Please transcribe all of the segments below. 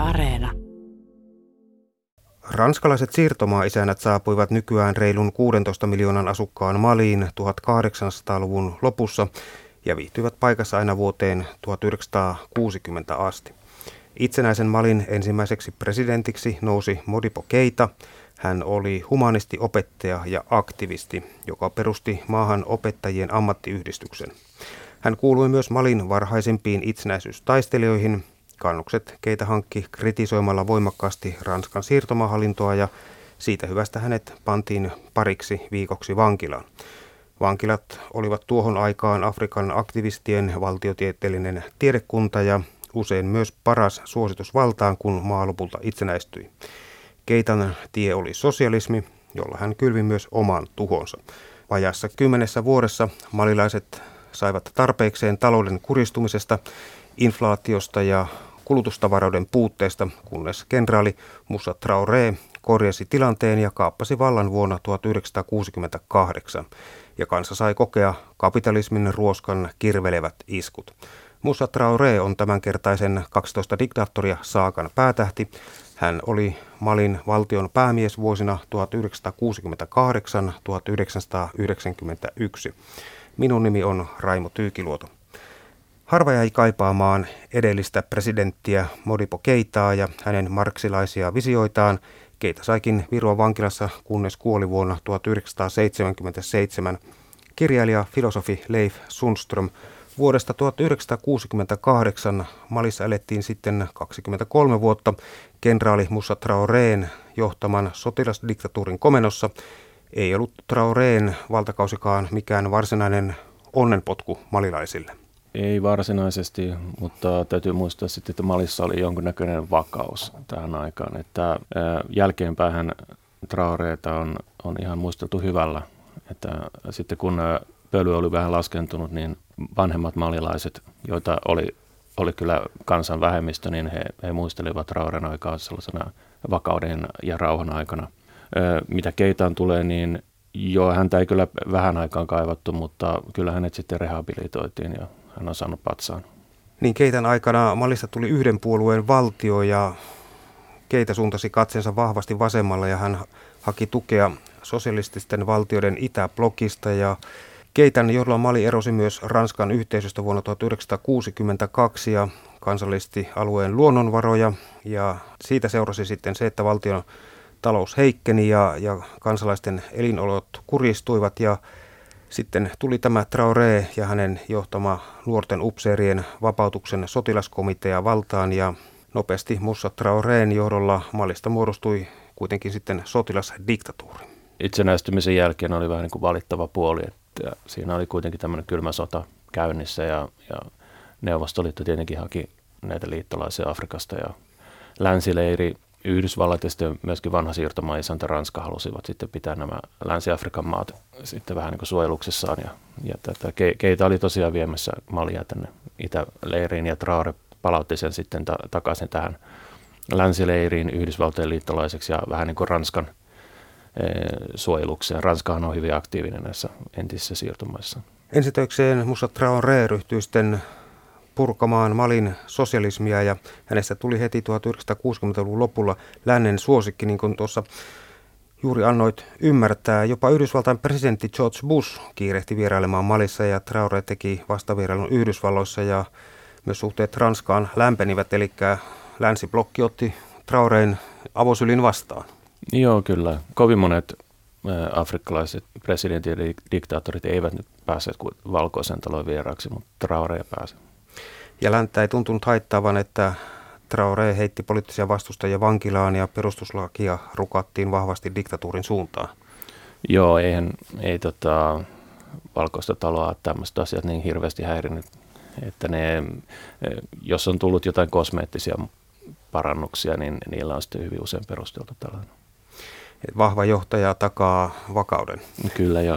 Areena. Ranskalaiset siirtomaa-isännät saapuivat nykyään reilun 16 miljoonan asukkaan Maliin 1800-luvun lopussa ja viihtyivät paikassa aina vuoteen 1960 asti. Itsenäisen Malin ensimmäiseksi presidentiksi nousi Modibo Keita. Hän oli humanisti, opettaja ja aktivisti, joka perusti maahan opettajien ammattiyhdistyksen. Hän kuului myös Malin varhaisimpiin itsenäisyystaistelijoihin. Kannukset Keita hankki kritisoimalla voimakkaasti Ranskan siirtomaahallintoa ja siitä hyvästä hänet pantiin pariksi viikoksi vankilaan. Vankilat olivat tuohon aikaan Afrikan aktivistien valtiotieteellinen tiedekunta ja usein myös paras suositus valtaan, kun maa lopulta itsenäistyi. Keitan tie oli sosialismi, jolla hän kylvi myös oman tuhonsa. Vajaassa 10 vuodessa malilaiset saivat tarpeikseen talouden kuristumisesta, inflaatiosta ja kulutustavaroiden puutteesta, kunnes kenraali Moussa Traoré korjasi tilanteen ja kaappasi vallan vuonna 1968, ja kansa sai kokea kapitalismin ruoskan kirvelevät iskut. Moussa Traoré on tämänkertaisen 12 diktaattoria saakan päätähti. Hän oli Malin valtion päämies vuosina 1968-1991. Minun nimi on Raimo Tyykiluoto. Harva jäi kaipaamaan edellistä presidenttiä Modibo Keitaa ja hänen marksilaisia visioitaan. Keita saikin viroa vankilassa, kunnes kuoli vuonna 1977. Kirjailija filosofi Leif Sundström. Vuodesta 1968 Malissa elettiin sitten 23 vuotta kenraali Moussa Traorén johtaman sotilasdiktatuurin komennossa. Ei ollut Traorén valtakausikaan mikään varsinainen onnenpotku malilaisille. Ei varsinaisesti, mutta täytyy muistaa sitten, että Malissa oli jonkinnäköinen vakaus tähän aikaan. Että jälkeenpäin Traoréta on ihan muisteltu hyvällä. Että sitten kun pöly oli vähän laskentunut, niin vanhemmat malilaiset, joita oli kyllä kansan vähemmistö, niin he muistelivat Traorén aikaa sellaisena vakauden ja rauhan aikana. Mitä Keitaan tulee, niin joo, häntä ei kyllä vähän aikaan kaivattu, mutta kyllä hänet sitten rehabilitoitiin ja hän on saanut patsaan. Niin Keitan aikana Malista tuli yhden puolueen valtio ja Keita suuntasi katseensa vahvasti vasemmalla ja hän haki tukea sosialististen valtioiden itäblokista ja Keitan johdolla Mali erosi myös Ranskan yhteisöstä vuonna 1962 ja kansallisti alueen luonnonvaroja ja siitä seurasi sitten se, että valtion talous heikkeni ja kansalaisten elinolot kuristuivat ja sitten tuli tämä Traoré ja hänen johtama nuorten upseerien vapautuksen sotilaskomitea valtaan ja nopeasti Moussa Traorén johdolla Malista muodostui kuitenkin sitten sotilasdiktatuuri. Itsenäistymisen jälkeen oli vähän niin kuin valittava puoli, että siinä oli kuitenkin tämmöinen kylmä sota käynnissä ja Neuvostoliitto tietenkin haki näitä liittolaisia Afrikasta ja länsileiri Yhdysvallat ja sitten myöskin vanha siirtomaa-isäntä Ranska halusivat sitten pitää nämä Länsi-Afrikan maat sitten vähän niin kuin suojeluksessaan. Ja tätä Keita oli tosiaan viemässä Malia tänne itäleiriin ja Traoré palautti sen sitten takaisin tähän länsileiriin Yhdysvaltojen liittolaiseksi ja vähän niin kuin Ranskan suojelukseen. Ranskahan on hyvin aktiivinen näissä entisissä siirtomaissa. Ensitöikseen Moussa Traoré ryhtyi sitten purkamaan Malin sosialismia ja hänestä tuli heti 1960-luvun lopulla lännen suosikki, niin kuin tuossa juuri annoit ymmärtää. Jopa Yhdysvaltain presidentti George Bush kiirehti vierailemaan Malissa ja Traoré teki vastavierailun Yhdysvalloissa ja myös suhteet Ranskaan lämpenivät, eli länsiblokki otti Traorén avosylin vastaan. Joo, kyllä. Kovin monet afrikkalaiset presidentit ja diktaattorit eivät nyt päässeet kuin Valkoisen talon vieraaksi, mutta Traoré pääsi. Ja länttä ei tuntunut haittaavan, että Traoré heitti poliittisia vastustajia vankilaan ja perustuslakia rukattiin vahvasti diktatuurin suuntaan. Joo, ei Valkoista taloa tämmöiset asiat niin hirveästi häirinyt, että jos on tullut jotain kosmeettisia parannuksia, niin niillä on sitten hyvin usein perusteltu tällainen. Vahva johtaja takaa vakauden. Kyllä, joo.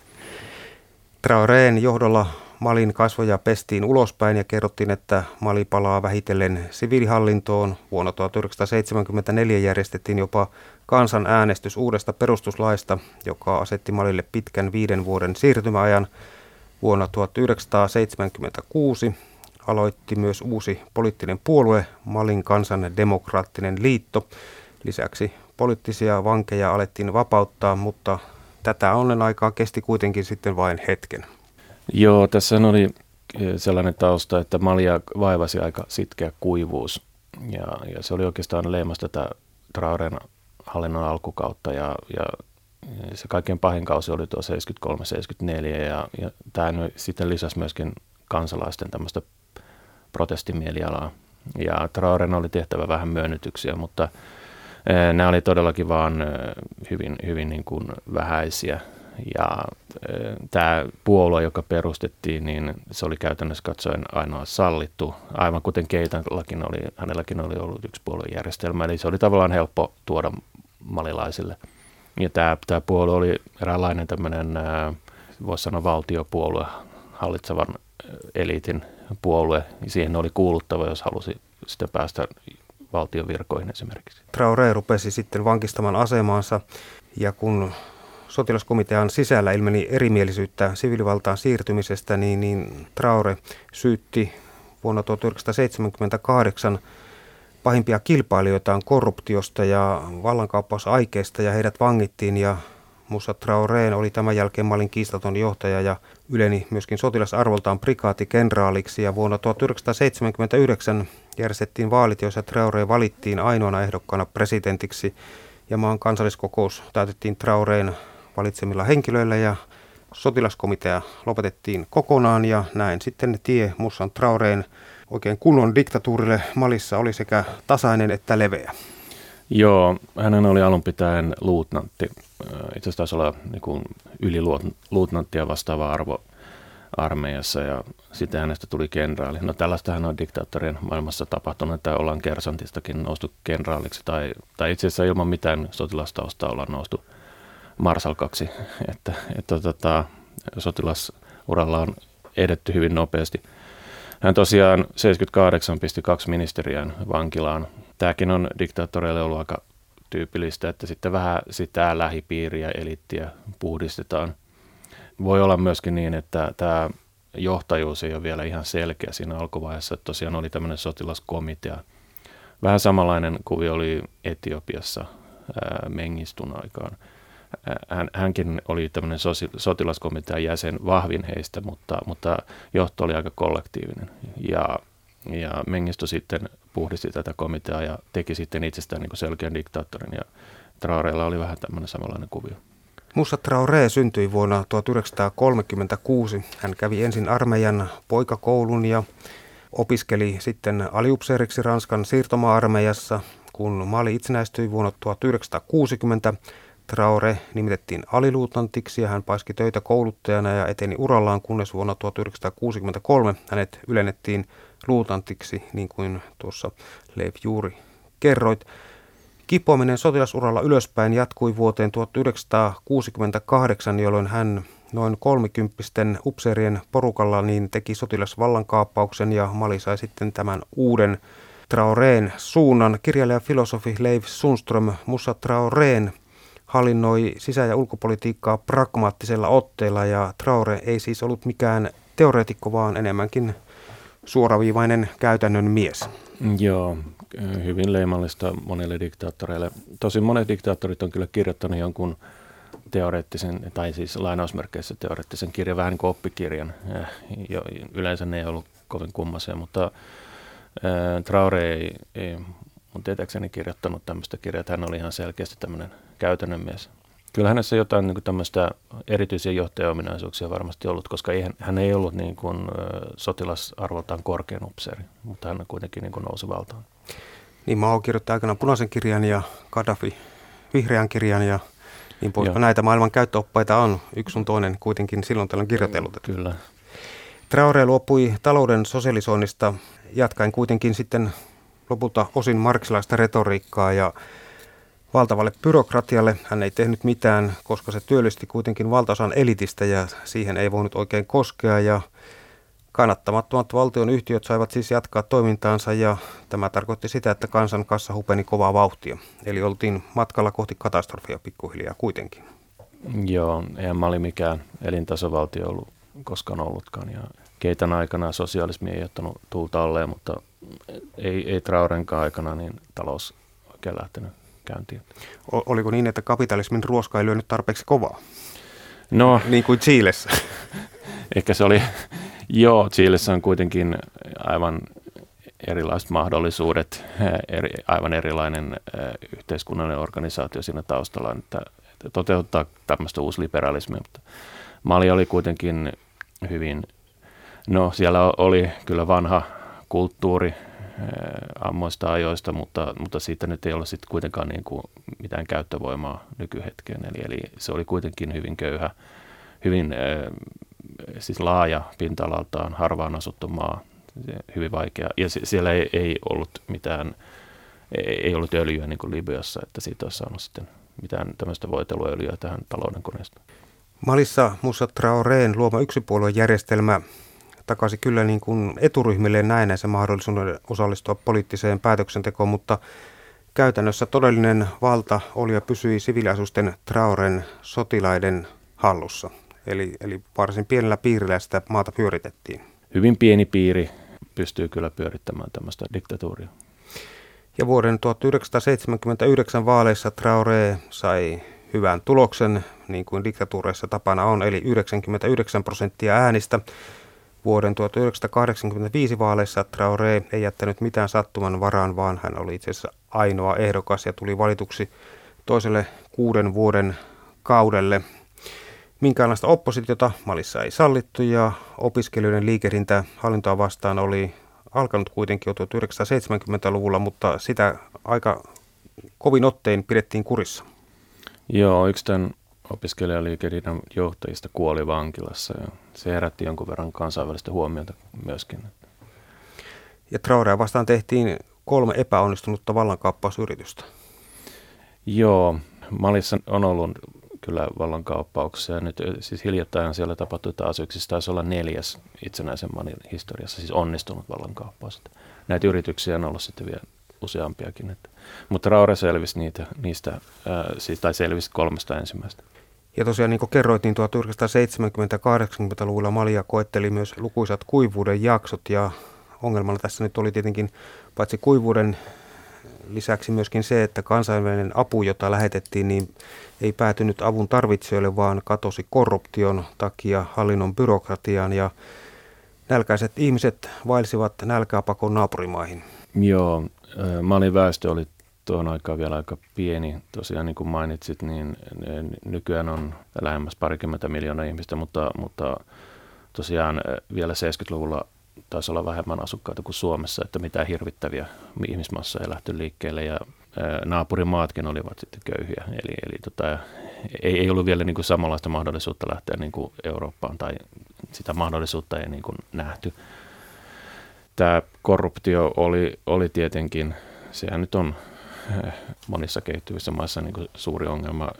Traorén johdolla Malin kasvoja pestiin ulospäin ja kerrottiin, että Mali palaa vähitellen siviilihallintoon. Vuonna 1974 järjestettiin jopa kansanäänestys uudesta perustuslaista, joka asetti Malille pitkän 5 vuoden siirtymäajan. Vuonna 1976 aloitti myös uusi poliittinen puolue, Malin kansan demokraattinen liitto. Lisäksi poliittisia vankeja alettiin vapauttaa, mutta tätä onnen aikaa kesti kuitenkin sitten vain hetken. Joo, tässä oli sellainen tausta, että Malia vaivasi aika sitkeä kuivuus. Ja se oli oikeastaan leimasta tätä Traorén hallinnon alkukautta ja se kaikkein pahin kausi oli tuo 73-74 ja tämä sitten lisäsi myöskin kansalaisten tämmöistä protestimielialaa. Ja Traorén oli tehtävä vähän myönnytyksiä, mutta nämä oli todellakin vaan hyvin niin kuin vähäisiä. Ja tämä puolue, joka perustettiin, niin se oli käytännössä katsoen ainoa sallittu, aivan kuten hänelläkin oli ollut yksi puoluejärjestelmä, eli se oli tavallaan helppo tuoda malilaisille. Ja tämä puolue oli eräänlainen tämmöinen, voisi sanoa valtiopuolue, hallitsevan eliitin puolue, siihen oli kuuluttava, jos halusi sitten päästä valtion virkoihin esimerkiksi. Traoré rupesi sitten vankistamaan asemaansa, ja kun sotilaskomitean sisällä ilmeni erimielisyyttä siviilivaltaan siirtymisestä, niin Traoré syytti vuonna 1978 pahimpia kilpailijoitaan korruptiosta ja vallankaappausaikeesta, ja heidät vangittiin, ja Moussa Traoré oli tämän jälkeen Malin kiistaton johtaja ja yleni myöskin sotilasarvoltaan prikaatikenraaliksi, ja vuonna 1979 järjestettiin vaalit, joissa Traoré valittiin ainoana ehdokkaana presidentiksi, ja maan kansalliskokous täytettiin Traorén valitsemilla henkilöillä ja sotilaskomitea lopetettiin kokonaan, ja näin sitten tie Moussa Traorén oikein kunnon diktatuurille Malissa oli sekä tasainen että leveä. Joo, hän oli alun pitäen luutnantti. Itse asiassa taisi olla niin yliluutnanttia vastaava arvo armeijassa ja sitten hänestä tuli kenraali. No tällaistähän on diktaattorien maailmassa tapahtunut, että ollaan kersantistakin noustu kenraaliksi tai itse asiassa ilman mitään sotilastaustaa ollaan noustu marsalkaksi, että sotilasuralla on edetty hyvin nopeasti. Hän tosiaan 78 pisti 2 ministeriään vankilaan. Tämäkin on diktaattoreille ollut aika tyypillistä, että sitten vähän sitä lähipiiriä, eliittiä puhdistetaan. Voi olla myöskin niin, että tämä johtajuus ei ole vielä ihan selkeä siinä alkuvaiheessa, että tosiaan oli tämmöinen sotilaskomitea. Vähän samanlainen kuvio oli Etiopiassa Mengistun aikaan. Hänkin oli tämmöinen sotilaskomitean jäsen, vahvin heistä, mutta johto oli aika kollektiivinen. Ja Mengistu sitten puhdisti tätä komiteaa ja teki sitten itsestään niin kuin selkeän diktaattorin. Ja Traorélla oli vähän tämmöinen samanlainen kuvio. Moussa Traoré syntyi vuonna 1936. Hän kävi ensin armeijan poikakoulun ja opiskeli sitten aliupseeriksi Ranskan siirtomaa-armeijassa. Kun Mali itsenäistyi vuonna 1960, Traoré nimitettiin aliluutnantiksi ja hän paiski töitä kouluttajana ja eteni urallaan, kunnes vuonna 1963 hänet ylennettiin luutnantiksi, niin kuin tuossa Leif juuri kerroit. Kipoaminen sotilasuralla ylöspäin jatkui vuoteen 1968, jolloin hän noin 30 upseerien porukalla niin teki sotilasvallankaappauksen ja Mali sai sitten tämän uuden Traorén suunnan. Kirjailija filosofi Leif Sundström, Moussa Traorén hallinnoi sisä- ja ulkopolitiikkaa pragmaattisella otteella ja Traoré ei siis ollut mikään teoreetikko, vaan enemmänkin suoraviivainen käytännön mies. Joo, hyvin leimallista monille diktaattoreille. Tosin monet diktaattorit on kyllä kirjoittanut jonkun teoreettisen, tai siis lainausmerkeissä teoreettisen kirjan, vähän niin kuin oppikirjan. Yleensä ne ei ollut kovin kummaisia, mutta Traoré ei mun tietääkseni kirjoittanut tämmöistä kirjaa, että hän oli ihan selkeästi tämmöinen käytännön mies. Kyllä hänessä jotain niin kuin tämmöistä erityisiä johtajaominaisuuksia varmasti ollut, koska hän ei ollut niin kuin sotilasarvoltaan korkean upseeri, mutta hän kuitenkin niin kuin nousi valtaan. Niin Mao kirjoitti aikanaan punaisen kirjan ja Gaddafi vihreän kirjan ja niin poispäin. Näitä maailman käyttöoppaita on yksi sun toinen kuitenkin silloin tällöin kirjoitellut. Kyllä. Traoré luopui talouden sosialisoinnista jatkaen kuitenkin sitten lopulta osin marxilaista retoriikkaa ja valtavalle byrokratialle hän ei tehnyt mitään, koska se työllisti kuitenkin valtaosan elitistä ja siihen ei voinut oikein koskea ja kannattamattomat valtion yhtiöt saivat siis jatkaa toimintaansa ja tämä tarkoitti sitä, että kansan kassa hupeni kovaa vauhtia. Eli oltiin matkalla kohti katastrofia pikkuhiljaa kuitenkin. Joo, eihän Mali mikään elintasovaltio ollut koskaan ollutkaan ja Keitan aikana sosialismi ei ottanut tuulta alleen, mutta ei Traorenkaan aikana niin talous oikein lähtenyt käyntiin. Oliko niin, että kapitalismin ruoska ei lyönyt tarpeeksi kovaa? No, niin kuin Chilessä. Ehkä se oli, joo, Chilessä on kuitenkin aivan erilaiset mahdollisuudet, aivan erilainen yhteiskunnallinen organisaatio siinä taustalla, että toteuttaa tämmöistä uusliberalismia, mutta Mali oli kuitenkin hyvin, no siellä oli kyllä vanha kulttuuri ammoista ajoista, mutta siitä nyt ei ole sitten kuitenkaan niin kuin mitään käyttövoimaa nykyhetkeen, eli se oli kuitenkin hyvin köyhä, hyvin siis laaja pinta-alaltaan, harvaan asuttu maa, hyvin vaikea. Ja siellä ei ollut mitään, ei ollut öljyä niin kuin Libyassa, että siitä olisi saanut sitten mitään tämmöistä voiteluöljyä tähän talouden koneesta. Malissa Moussa Traorén luoma yksipuoluejärjestelmä takasi kyllä niin kuin eturyhmille näennäisen mahdollisuuden osallistua poliittiseen päätöksentekoon, mutta käytännössä todellinen valta oli ja pysyi siviiliasusten Traorén sotilaiden hallussa. Eli varsin pienellä piirillä sitä maata pyöritettiin. Hyvin pieni piiri pystyy kyllä pyörittämään tämmöistä diktatuuria. Ja vuoden 1979 vaaleissa Traoré sai hyvän tuloksen, niin kuin diktatuureissa tapana on, eli 99% äänistä. Vuoden 1985 vaaleissa Traoré ei jättänyt mitään sattuman varaan, vaan hän oli itse asiassa ainoa ehdokas ja tuli valituksi toiselle 6 vuoden kaudelle. Minkäänlaista oppositiota Malissa ei sallittu ja opiskelijoiden liikehdintä hallintoa vastaan oli alkanut kuitenkin jo 1970-luvulla, mutta sitä aika kovin ottein pidettiin kurissa. Joo, yksi tämän opiskelijaliikehdinnan johtajista kuoli vankilassa ja se herätti jonkun verran kansainvälistä huomiota myöskin. Ja Traorea vastaan tehtiin 3 epäonnistunutta vallankaappausyritystä. Joo, Malissa on ollut kyllä vallankaappauksia. Nyt siis hiljattain siellä tapahtui taas yksi, siis taisi olla 4. itsenäisen Malin historiassa, siis onnistunut vallankaappaus. Näitä yrityksiä on ollut sitten vielä useampiakin. Mutta Traoré selvisi selvisi 3 ensimmäistä. Ja tosiaan niin kuin kerroit, niin 1970-80-luvulla Malia koetteli myös lukuisat kuivuuden jaksot ja ongelmana tässä nyt oli tietenkin paitsi kuivuuden lisäksi myöskin se, että kansainvälinen apu, jota lähetettiin, niin ei päätynyt avun tarvitsijoille, vaan katosi korruption takia hallinnon byrokratiaan ja nälkäiset ihmiset vaelsivat nälkäpakon naapurimaihin. Joo, Malin väestö oli tuohon aikaan vielä aika pieni. Tosiaan niin kuin mainitsit, niin nykyään on lähemmäs 20 miljoonaa ihmistä, mutta tosiaan vielä 70-luvulla taisi olla vähemmän asukkaita kuin Suomessa, että mitään hirvittäviä ihmismassa ei lähty liikkeelle ja naapurimaatkin olivat sitten köyhiä. Eli ei ollut vielä niin kuin samanlaista mahdollisuutta lähteä niin kuin Eurooppaan tai sitä mahdollisuutta ei niin kuin nähty. Tämä korruptio oli tietenkin, sehän nyt on monissa kehittyvissä maissa niin kuin suuri ongelma.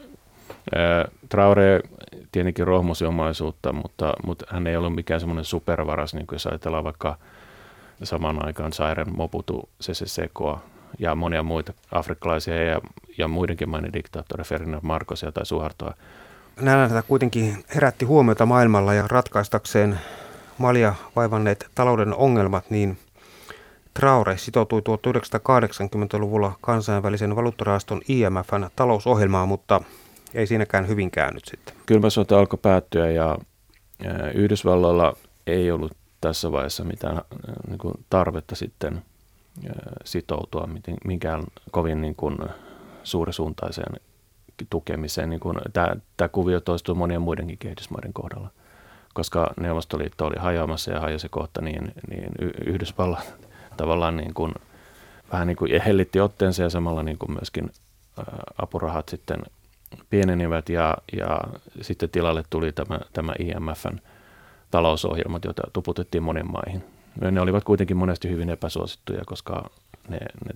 Traoré tietenkin rohmusi omaisuutta, mutta hän ei ollut mikään semmoinen supervaras, niin kuin jos ajatellaan vaikka samaan aikaan Zairen Mobutu Sese Sekoa ja monia muita afrikkalaisia ja muidenkin maiden diktaattoreja, Ferdinand Marcosia tai Suhartoa. Nälänhätä kuitenkin herätti huomiota maailmalla ja ratkaistakseen Malia vaivanneet talouden ongelmat, niin Traoré sitoutui 1980-luvulla kansainvälisen valuuttarahaston IMF:n talousohjelmaan, mutta ei siinäkään hyvin käynyt sitten. Kylmä sota alkoi päättyä ja Yhdysvalloilla ei ollut tässä vaiheessa mitään niin kuin tarvetta sitten sitoutua minkään kovin niin kuin suurisuuntaiseen tukemiseen. Niin kuin tämä kuvio toistuu monien muidenkin kehitysmaiden kohdalla, koska Neuvostoliitto oli hajoamassa ja hajosi kohta, niin Yhdysvallat tavallaan niin kuin, vähän niin kuin hellitti otteensa ja samalla niin kuin myöskin apurahat sitten pienenivät ja sitten tilalle tuli tämä IMF:n talousohjelmat, joita tuputettiin monen maihin. Ne olivat kuitenkin monesti hyvin epäsuosittuja, koska ne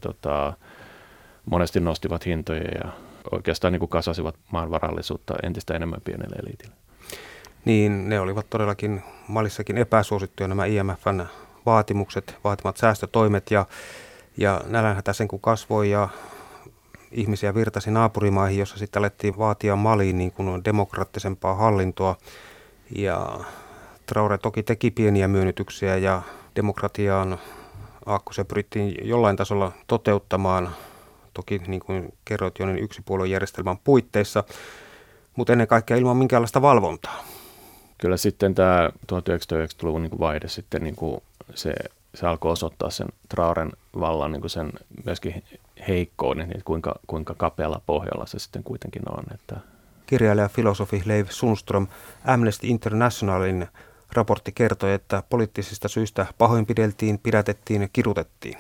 monesti nostivat hintoja ja oikeastaan niin kuin kasasivat maan varallisuutta entistä enemmän pienelle eliitille. Niin, ne olivat todellakin Malissakin epäsuosittuja nämä IMF:n vaatimat säästötoimet ja nälänhätä sen kun kasvoi ja ihmisiä virtasi naapurimaihin, jossa sitten alettiin vaatia Maliin niin kuin demokraattisempaa hallintoa. Ja Traore toki teki pieniä myönnytyksiä ja demokratiaan aakkosia pyrittiin jollain tasolla toteuttamaan, toki niin kuin kerroit jo, niin yksipuoluejärjestelmän puitteissa, mutta ennen kaikkea ilman minkäänlaista valvontaa. Kyllä sitten tämä 1990-luvun niin kuin vaihde sitten niin kuin se alkoi osoittaa sen Traoren vallan niin kuin sen myöskin heikkouden, että kuinka kapealla pohjalla se sitten kuitenkin on. Että Kirjailija filosofi Leif Sundström, Amnesty Internationalin raportti kertoi, että poliittisista syistä pahoinpideltiin, pidätettiin ja kidutettiin.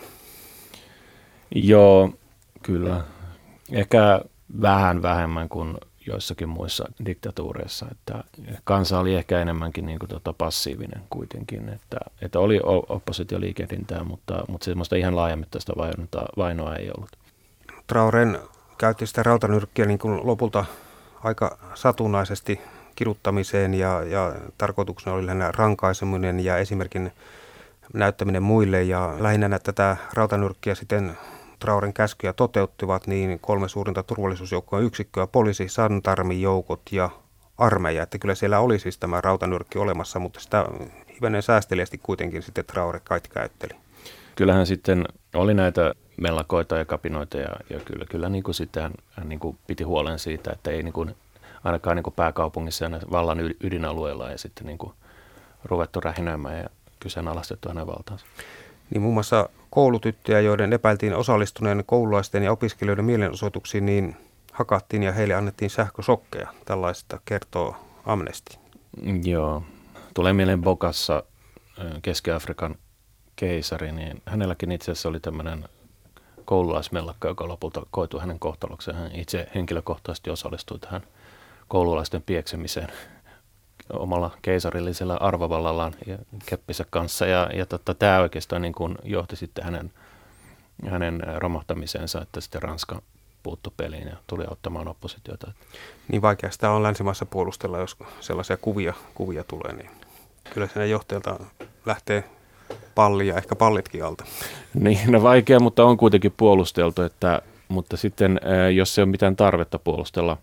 Joo, kyllä. Ehkä vähän vähemmän kuin joissakin muissa diktatuureissa, että kansa oli ehkä enemmänkin niin kuin passiivinen kuitenkin, että oli oppositioliikehdintää, mutta semmoista ihan laajamittaista vainoa ei ollut. Traoren käytti sitä rautanyrkkiä niin kuin lopulta aika satunnaisesti kiduttamiseen ja tarkoituksena oli lähinnä rankaiseminen ja esimerkin näyttäminen muille ja lähinnä tätä rautanyrkkiä sitten Traoren käskyjä toteuttivat niin 3 suurinta turvallisuusjoukkojen yksikköä, poliisi, santarmijoukot ja armeija. Että kyllä siellä oli siis tämä rautanyrkki olemassa, mutta sitä hivenen säästeliästi kuitenkin sitten Traore käytteli. Kyllähän sitten oli näitä mellakoita ja kapinoita ja kyllä niin kuin sitten hän niin kuin piti huolen siitä, että ei niin kuin, ainakaan niin kuin pääkaupungissa ja vallan ydinalueella ja sitten niin kuin ruvettu rähinöimään ja kyseenalaistettu hänen valtaansa. Niin muun muassa koulutyttöjä, joiden epäiltiin osallistuneen koululaisten ja opiskelijoiden mielenosoituksiin, niin hakattiin ja heille annettiin sähkösokkeja. Tällaista kertoo Amnesty. Joo. Tulee mieleen Bokassa Keski-Afrikan keisari, niin hänelläkin itse asiassa oli tämmöinen koululaismellakka, joka lopulta koitui hänen kohtalokseen. Hän itse henkilökohtaisesti osallistui tähän koululaisten pieksemiseen omalla keisarillisella arvovallallaan ja keppinsä kanssa. Ja tämä oikeastaan niin kuin johti sitten hänen romahtamiseensa, että sitten Ranska puuttui peliin ja tuli auttamaan oppositiota. Niin vaikea sitä on länsimaissa puolustella, jos sellaisia kuvia tulee, niin kyllä siinä johtajalta lähtee palli ja ehkä pallitkin alta. Niin, no vaikea, mutta on kuitenkin puolusteltu, mutta sitten jos ei ole mitään tarvetta puolustella,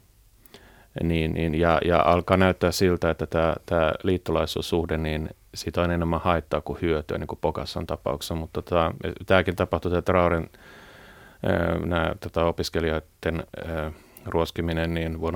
ja alkaa näyttää siltä, että tämä liittolaisuussuhde, niin siitä on enemmän haittaa kuin hyötyä, niin kuin Bokassan tapauksessa, mutta tämäkin tapahtui, tämä Traoren opiskelijoiden ruoskiminen niin vuonna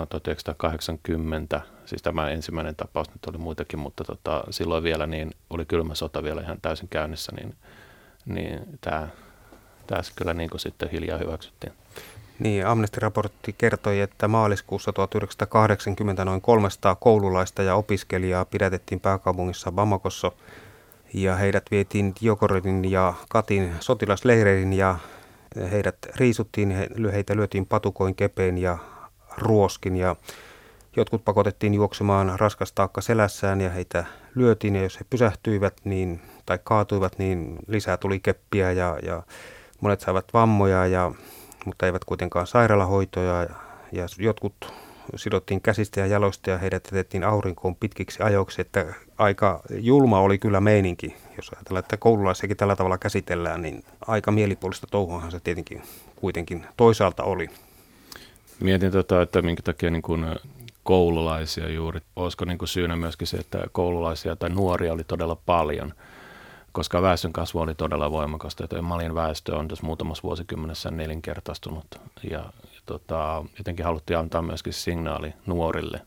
1980, siis tämä ensimmäinen tapaus, nyt oli muitakin, mutta silloin vielä niin oli kylmä sota vielä ihan täysin käynnissä, niin tämä kyllä niin kuin sitten hiljaa hyväksyttiin. Niin, Amnesty-raportti kertoi, että maaliskuussa 1980 noin 300 koululaista ja opiskelijaa pidätettiin pääkaupungissa Bamakossa ja heidät vietiin Diogorodin ja Katin sotilasleireihin ja heidät riisuttiin, heitä lyötiin patukoin, kepeen ja ruoskin ja jotkut pakotettiin juoksemaan raskas taakka selässään ja heitä lyötiin ja jos he pysähtyivät tai kaatuivat, niin lisää tuli keppiä ja monet saivat vammoja mutta eivät kuitenkaan sairaalahoitoja ja jotkut sidottiin käsistä ja jaloista ja heidät jätettiin aurinkoon pitkiksi ajoiksi, että aika julma oli kyllä meininki. Jos ajatellaan, että koululaisiakin tällä tavalla käsitellään, niin aika mielipuolista touhuahan se tietenkin kuitenkin toisaalta oli. Mietin, että minkä takia niin kuin koululaisia juuri, olisiko niin kuin syynä myöskin se, että koululaisia tai nuoria oli todella paljon, koska väestön kasvu oli todella voimakasta, että Malin väestö on tässä muutamassa vuosikymmenessä nelinkertaistunut ja jotenkin haluttiin antaa myöskin signaali nuorille,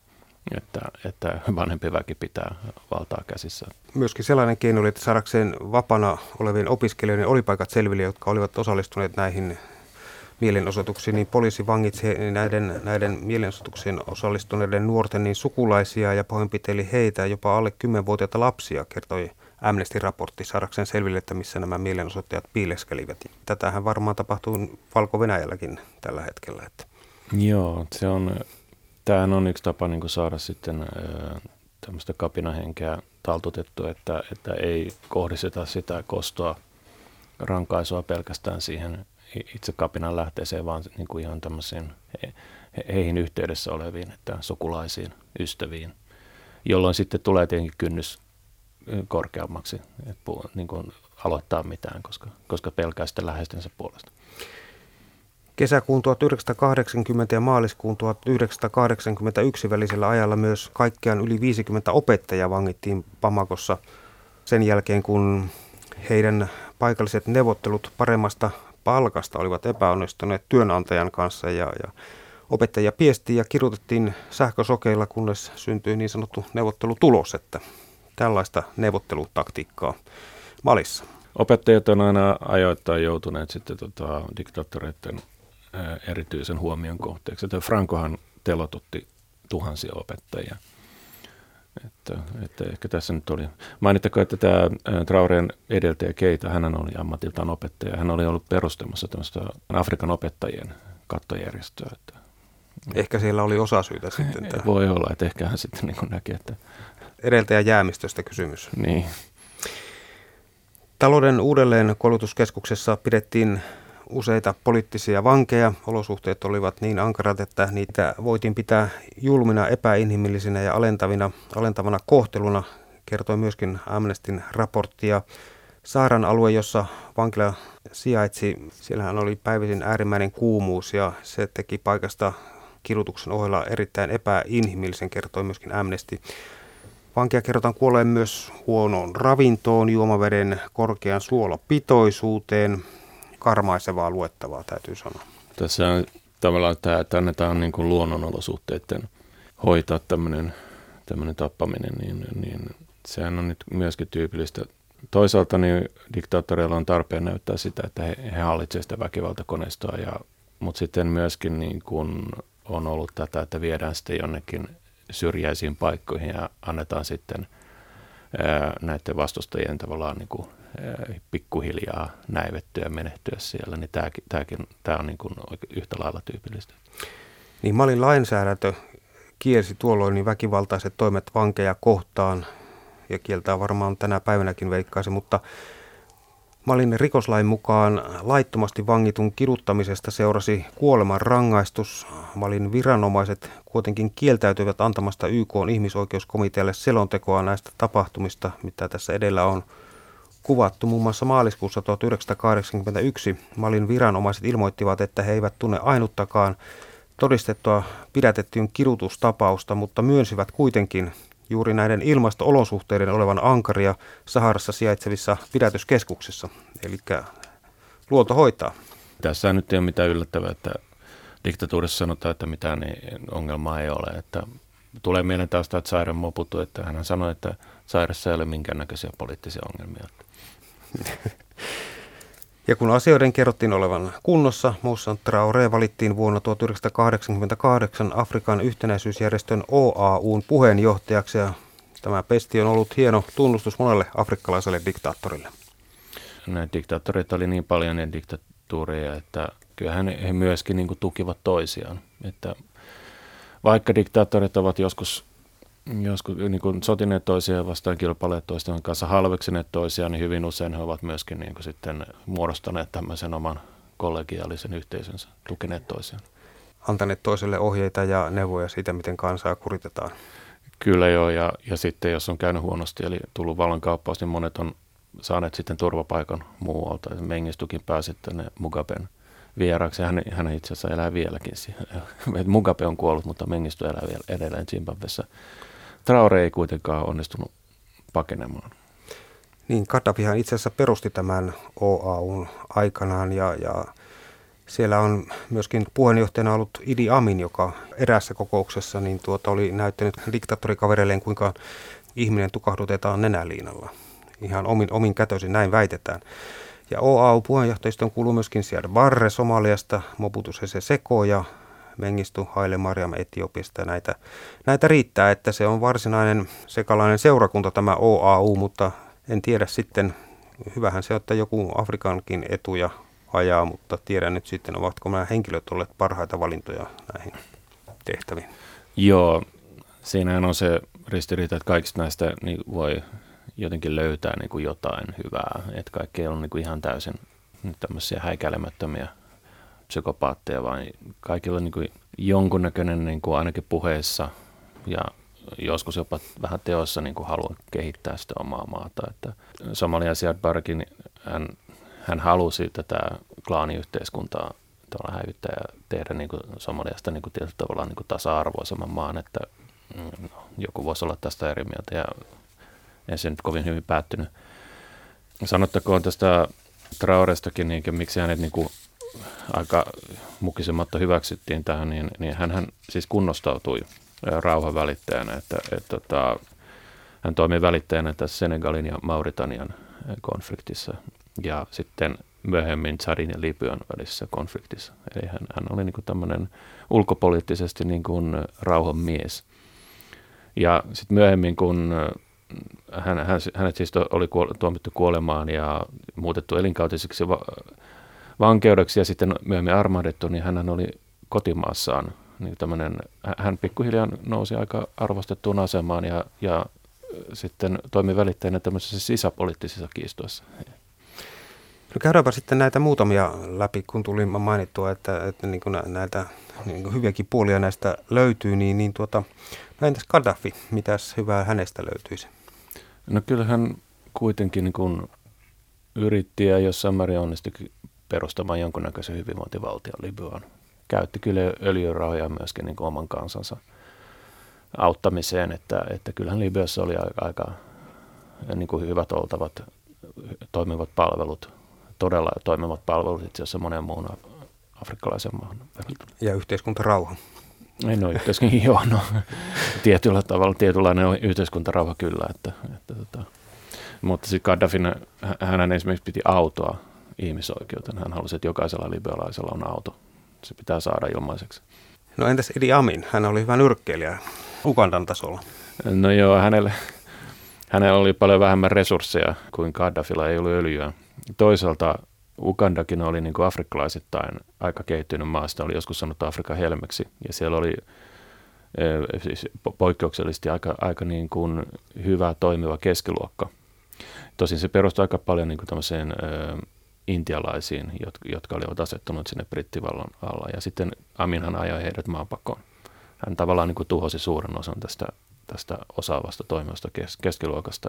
että vanhempi väki pitää valtaa käsissä. Myöskin sellainen keino oli, että saadakseen vapaana olevien opiskelijoiden olipaikat selville, jotka olivat osallistuneet näihin mielenosoituksiin, niin poliisi vangitsi näiden mielenosoituksiin osallistuneiden nuorten niin sukulaisia ja pahoinpiteli heitä, jopa alle 10-vuotiaita lapsia, kertoi Amnesty-raportti saadakseen selville, että missä nämä mielenosoittajat piileskelivät. Tätähän varmaan tapahtuu Valko-Venäjälläkin tällä hetkellä. Joo, tämähän on yksi tapa niin kuin saada sitten tämmöistä kapinahenkeä taltutettua, että ei kohdisteta sitä kostoa, rankaisua pelkästään siihen itse kapinan lähteeseen, vaan niin kuin ihan tämmöisiin heihin yhteydessä oleviin, että sukulaisiin, ystäviin, jolloin sitten tulee tietenkin kynnys korkeammaksi, että niin kuin aloittaa mitään, koska pelkää sitten läheistensä puolesta. Kesäkuun 1980 ja maaliskuun 1981 välisellä ajalla myös kaikkiaan yli 50 opettajaa vangittiin Bamakossa sen jälkeen, kun heidän paikalliset neuvottelut paremmasta palkasta olivat epäonnistuneet työnantajan kanssa ja opettajia piestiin ja kirjoitettiin sähkösokeilla, kunnes syntyi niin sanottu neuvottelutulos, että tällaista neuvottelutaktiikkaa Malissa. Opettajat on aina ajoittain joutuneet sitten diktaattoreiden erityisen huomion kohteeksi. Francohan telotutti tuhansia opettajia. Että ehkä tässä nyt oli. Mainittakoon, että tämä Traorén edeltäjä Keita, hän oli ammatiltaan opettaja. Hän oli ollut perustamassa tämmöistä Afrikan opettajien kattojärjestöä. Ehkä siellä oli osasyytä sitten. Voi olla, että ehkä hän sitten niin näkee, että edeltäjän jäämistöstä kysymys. Niin. Talouden uudelleen koulutuskeskuksessa pidettiin useita poliittisia vankeja. Olosuhteet olivat niin ankarat, että niitä voitiin pitää julmina, epäinhimillisinä ja alentavana kohteluna, kertoi myöskin Amnestyn raportti. Ja Saharan alue, jossa vankila sijaitsi, siellähän oli päivisin äärimmäinen kuumuus ja se teki paikasta kidutuksen ohella erittäin epäinhimillisen, kertoi myöskin Amnesty. Vankia kerrotaan kuolleen myös huonoon ravintoon, juomaveden korkean suolapitoisuuteen. Karmaisevaa luettavaa, täytyy sanoa. Tässä on tavallaan tämä, että annetaan niin kuin luonnonolosuhteiden hoitaa tämmöinen tappaminen, niin sehän on nyt myöskin tyypillistä. Toisaalta niin diktaattoreilla on tarpeen näyttää sitä, että he hallitsevat sitä väkivaltakoneistoa, mutta sitten myöskin niin kuin on ollut tätä, että viedään sitten jonnekin syrjäisiin paikkoihin ja annetaan sitten näiden vastustajien tavallaan niin kuin pikkuhiljaa näivettyä ja menehtyä siellä, niin tämä on niin kuin yhtä lailla tyypillistä. Niin Malin lainsäädäntö kielsi tuolloin niin väkivaltaiset toimet vankeja kohtaan ja kieltää varmaan tänä päivänäkin veikkaisi, mutta Malin rikoslain mukaan laittomasti vangitun kiduttamisesta seurasi kuoleman rangaistus. Malin viranomaiset kuitenkin kieltäytyivät antamasta YK:n ihmisoikeuskomitealle selontekoa näistä tapahtumista, mitä tässä edellä on kuvattu. Muun muassa maaliskuussa 1981 Malin viranomaiset ilmoittivat, että he eivät tunne ainuttakaan todistettua pidätettyyn kidutustapausta, mutta myönsivät kuitenkin juuri näiden ilmasto-olosuhteiden olevan ankaria Saharassa sijaitsevissa pidätyskeskuksissa. Eli luonto hoitaa. Tässä nyt ei ole mitään yllättävää, että diktatuurissa sanotaan, että mitään ongelmaa ei ole. Että tulee mieleen taas tämä Zaire Mobutu, että hän sanoi, että Zairessa ei ole minkäännäköisiä poliittisia ongelmia. Ja kun asioiden kerrottiin olevan kunnossa, Moussa Traoré valittiin vuonna 1988 Afrikan yhtenäisyysjärjestön OAUn puheenjohtajaksi. Ja tämä pesti on ollut hieno tunnustus monelle afrikkalaiselle diktaattorille. Näitä diktaattoreita oli niin paljon ja diktatuureja, että kyllähän he myöskin niin kuin tukivat toisiaan. Että vaikka diktaattorit ovat joskus niin kuin sotineet toisiaan vastaan, kilpaileet toisten kanssa, halveksineet toisiaan, niin hyvin usein he ovat myöskin niin kuin sitten muodostaneet tämmöisen oman kollegiaalisen yhteisönsä, tukeneet toisiaan. Antaneet toiselle ohjeita ja neuvoja siitä, miten kansaa kuritetaan. Kyllä joo, ja sitten jos on käynyt huonosti, eli tullut vallankaappaus, niin monet on saaneet sitten turvapaikan muualta. Mengistukin pääsi tänne Mugaben vieraaksi. Hän itse asiassa elää vieläkin. Mugabe on kuollut, mutta Mengistu elää vielä edelleen Zimbabwessa. Traoré ei kuitenkaan onnistunut pakenemaan. Niin, Gaddafihan itse asiassa perusti tämän OAUn aikanaan ja siellä on myöskin puheenjohtajana ollut Idi Amin, joka eräässä kokouksessa niin oli näyttänyt diktaattorikavereilleen, kuinka ihminen tukahdutetaan nenäliinalla. Ihan omin kätöisin, näin väitetään. Ja OAU-puheenjohtajistoon kuuluu myöskin Siad Barre Somaliasta, Mobutu Sese Seko ja Mengistu Haile Mariam Etiopiasta. Näitä riittää, että se on varsinainen sekalainen seurakunta tämä OAU, mutta en tiedä sitten, hyvähän se, että joku Afrikankin etuja ajaa, mutta tiedän nyt sitten, ovatko nämä henkilöt olleet parhaita valintoja näihin tehtäviin. Joo, siinähän on se ristiriita, että kaikista näistä niin voi jotenkin löytää niin kuin jotain hyvää, että kaikki ei ole niin kuin ihan täysin tämmöisiä häikäilemättömiä psykopaatteja, vaan kaikilla on niin kuin jonkunnäköinen niin kuin ainakin puheessa ja joskus jopa vähän teossa niin kuin haluaa kehittää sitä omaa maata. Että Somalian Siad Barrekin hän halusi tätä klaaniyhteiskuntaa tavallaan häivyttää ja tehdä niin kuin Somaliasta niin kuin tietyllä tavalla niin kuin tasa-arvoisemman maan, että joku voisi olla tästä eri mieltä ja ei se nyt kovin hyvin päättynyt. Sanottakoon tästä Traorestakin, niin miksi hänet niin kuin aika mukisematta hyväksyttiin tähän, niin hän siis kunnostautui rauhan välittäjänä, että hän toimi välittäjänä tässä Senegalin ja Mauritanian konfliktissa ja sitten myöhemmin Tsadin ja Libyan välisessä konfliktissa. Eli hän oli niin kuin tämmöinen ulkopoliittisesti niin kuin rauhan mies. Ja sitten myöhemmin, kun hänet siis oli tuomittu kuolemaan ja muutettu elinkautiseksi vankeudeksi ja sitten myöhemmin armahdettu, niin hän oli kotimaassaan. Niin hän pikkuhiljaa nousi aika arvostettuun asemaan ja sitten toimi välittäjänä tämmöisissä sisäpoliittisissa kiistoissa. No käydäänpä sitten näitä muutamia läpi, kun tuli mainittua, että niin kuin näitä niin kuin hyviäkin puolia näistä löytyy, no entäs Gaddafi, mitäs hyvää hänestä löytyisi? No kyllähän kuitenkin niin kuin yritti ja jossain määrin onnistui perustamaan jonkunnäköisen hyvinvointivaltion Libyaan. Käytti kyllä öljyrahoja myöskin niin kuin oman kansansa auttamiseen, että kyllähän Libyassa oli aika niin kuin hyvät oltavat toimivat palvelut, todella toimivat palvelut itse asiassa monen muun afrikkalaisen maan verrattuna. Ja yhteiskuntarauha. No yhteiskunta, joo, no tietyllä tavalla, tietynlainen yhteiskuntarauha kyllä, mutta sitten Gaddafin, hän esimerkiksi piti autoa ihmisoikeutena. Hän halusi, että jokaisella libyalaisella on auto. Se pitää saada ilmaiseksi. No entäs Idi Amin? Hän oli hyvä nyrkkeilijä Ugandan tasolla. No joo, hänellä oli paljon vähemmän resursseja kuin Gaddafilla, ei ollut öljyä. Toisaalta Ugandakin oli niin kuin afrikkalaisittain aika kehittynyt maa, sitä oli joskus sanottu Afrikan helmeksi, ja siellä oli siis poikkeuksellisesti aika niin kuin hyvä toimiva keskiluokka. Tosin se perustui aika paljon niin kuin tämmöiseen intialaisiin, jotka olivat asettuneet sinne brittivallan alla, ja sitten Aminhan ajoi heidät maanpakoon. Hän tavallaan niin kuin tuhosi suuren osan tästä osaavasta toimivasta keskiluokasta,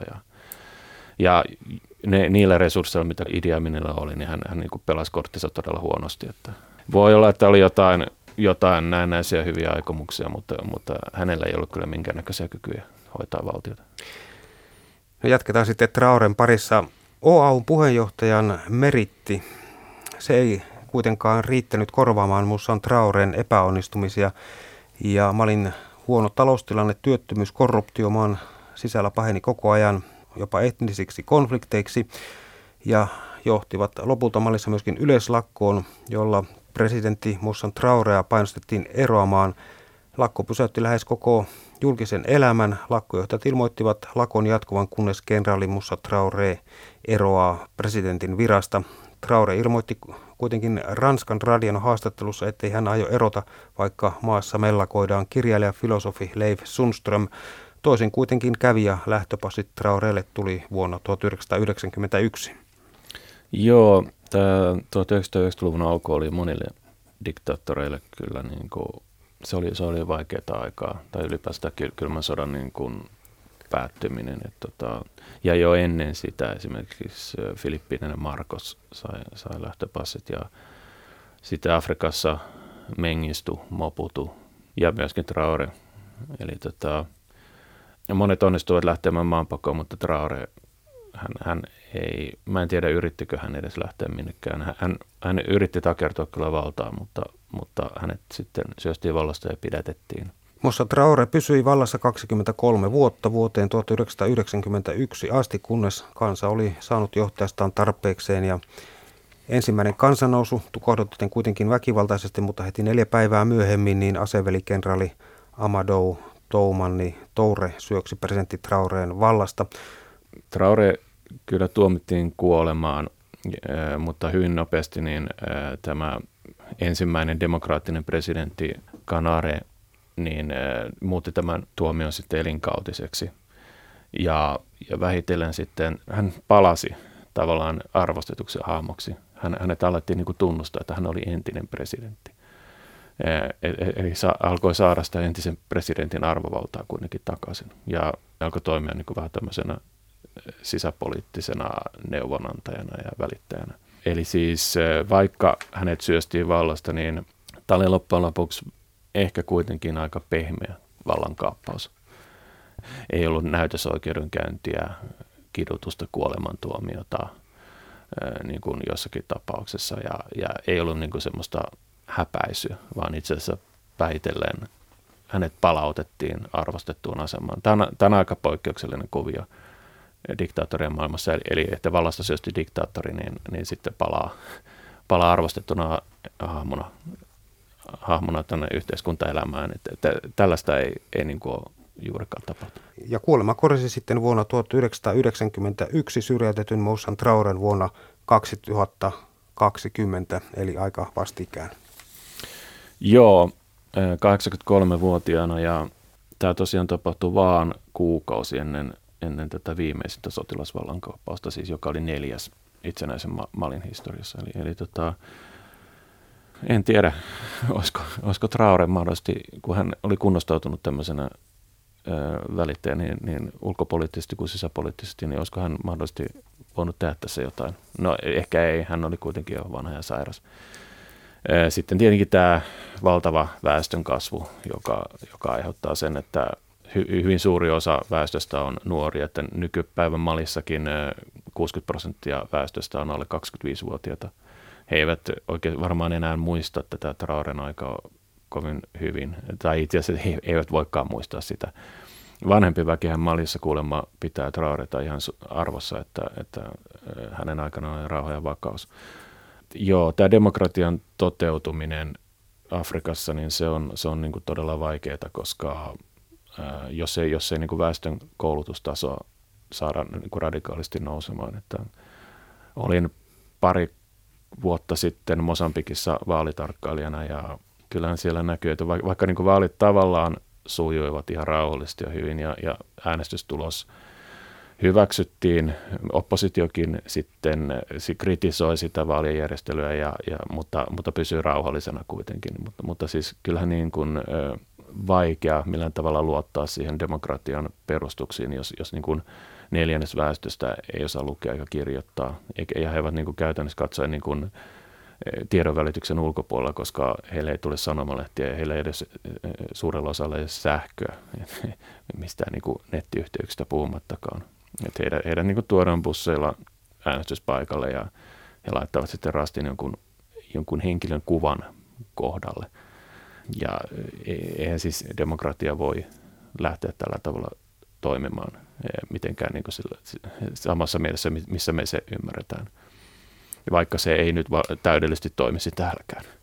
ja niillä resursseilla, mitä Idi Aminilla oli, niin hän niin kuin pelasi korttinsa todella huonosti. Että voi olla, että oli jotain näennäisiä hyviä aikomuksia, mutta hänellä ei ollut kyllä minkäännäköisiä kykyjä hoitaa valtiota. No jatketaan sitten Traoren parissa. OAUn puheenjohtajan meritti. Se ei kuitenkaan riittänyt korvaamaan Moussa Traoren epäonnistumisia ja Malin huono taloustilanne, työttömyys, korruptio maan sisällä paheni koko ajan jopa etnisiksi konflikteiksi ja johtivat lopulta Malissa myöskin yleislakkoon, jolla presidentti Moussa Traorea painostettiin eroamaan. Lakko pysäytti lähes koko julkisen elämän. Lakkojohtajat ilmoittivat lakon jatkuvan, kunnes kenraali Moussa Traore eroaa presidentin virasta. Traore ilmoitti kuitenkin Ranskan radion haastattelussa, ettei hän aio erota, vaikka maassa mellakoidaan kirjailija filosofi Leif Sundström. Toisin kuitenkin kävi ja lähtöpassit Traorelle tuli vuonna 1991. Joo, tämä 1990-luvun alku oli monille diktaattoreille kyllä, niin kuin, se oli vaikeaa aikaa, tai ylipäätään kylmän sodan niin kuin päättyminen. Ja jo ennen sitä esimerkiksi Filippiininen Marcos sai lähtöpassit, ja sitten Afrikassa Mengistu, Mobutu ja myöskin Traore. Eli monet onnistuivat lähtemään maanpakoon, mutta Traore, hän ei, mä en tiedä yrittikö hän edes lähteä minnekään. Hän yritti takertua kyllä valtaan, mutta hänet sitten syöstiin vallasta ja pidätettiin. Moussa Traore pysyi vallassa 23 vuotta vuoteen 1991 asti, kunnes kansa oli saanut johtajastaan tarpeekseen. Ja ensimmäinen kansannousu tukahdutettiin kuitenkin väkivaltaisesti, mutta heti 4 päivää myöhemmin niin asevelikenraali Amadou Toure syöksi presidentti Traoreen vallasta. Traore kyllä tuomittiin kuolemaan, mutta hyvin nopeasti niin tämä ensimmäinen demokraattinen presidentti Kanare niin muutti tämän tuomion sitten elinkautiseksi. Ja vähitellen sitten hän palasi tavallaan arvostetuksi hahmoksi. Hänet alettiin niin kuin tunnustaa, että hän oli entinen presidentti. Eli alkoi saada sitä entisen presidentin arvovaltaa kuitenkin takaisin. Ja alkoi toimia niin kuin vähän tämmöisenä sisäpoliittisena neuvonantajana ja välittäjänä. Eli siis vaikka hänet syöstiin vallasta, niin tämä oli loppujen lopuksi ehkä kuitenkin aika pehmeä vallankaappaus. Ei ollut näytösoikeudenkäyntiä, kidutusta, kuolemantuomiota niin kuin jossakin tapauksessa ja ei ollut niin kuin semmoista häpäisyä, vaan itse asiassa vähitellen hänet palautettiin arvostettuun asemaan. Tämä on aika poikkeuksellinen kuvio diktaattorien maailmassa, eli että vallasta syösti diktaattori, niin sitten palaa arvostettuna hahmona tänne yhteiskuntaelämään. Että tällaista ei niin kuin ole juurikaan tapahtunut. Ja kuolema korjasi sitten vuonna 1991 syrjäytetyn Moussa Traoren vuonna 2020, eli aika vastikään. Joo, 83-vuotiaana ja tämä tosiaan tapahtui vaan kuukausi ennen tätä viimeisintä sotilasvallankaappausta, siis joka oli 4. itsenäisen Malin historiassa. Eli en tiedä, olisiko Traore mahdollisesti, kun hän oli kunnostautunut tämmöisenä välittäjä niin ulkopoliittisesti kuin sisäpoliittisesti, niin olisiko hän mahdollisesti voinut tehdä tässä jotain? No ehkä ei, hän oli kuitenkin jo vanha ja sairas. Sitten tietenkin tämä valtava väestön kasvu, joka aiheuttaa sen, että hyvin suuri osa väestöstä on nuoria, että nykypäivän Malissakin 60% väestöstä on alle 25-vuotiaita. He eivät oikein varmaan enää muista tätä Traoren aikaa kovin hyvin, tai itse asiassa he eivät voikaan muistaa sitä. Vanhempi väkihän Malissa kuulemma pitää Traoreta ihan arvossa, että hänen aikanaan on rauha ja vakaus. Joo, tämä demokratian toteutuminen Afrikassa, niin se on niin kuin todella vaikeaa, koska jos ei niin kuin väestön koulutustasoa saada niin kuin radikaalisti nousemaan. Että olin pari vuotta sitten Mosambikissa vaalitarkkailijana ja kyllähän siellä näkyy, että vaikka niin kuin vaalit tavallaan sujuivat ihan rauhallisesti ja hyvin ja äänestystulos hyväksyttiin, oppositiokin sitten kritisoi sitä vaalien järjestelyä, mutta pysyy rauhallisena kuitenkin. Mutta siis kyllähän niin kuin vaikea millään tavalla luottaa siihen demokratian perustuksiin, jos niin kuin 4. väestöstä ei osaa lukea eikä kirjoittaa. Ja he ovat niin kuin käytännössä katsoen niin kuin tiedonvälityksen ulkopuolella, koska heille ei tule sanomalehtiä ja heillä ei edes suurella osalla edes sähköä, mistään niin kuin nettiyhteyksistä puhumattakaan. Että heidän niin kuin tuodaan busseilla äänestyspaikalle ja he laittavat sitten rastin jonkun henkilön kuvan kohdalle. Ja eihän siis demokratia voi lähteä tällä tavalla toimimaan mitenkään niin kuin samassa mielessä, missä me se ymmärretään. Vaikka se ei nyt täydellisesti toimisi täälläkään.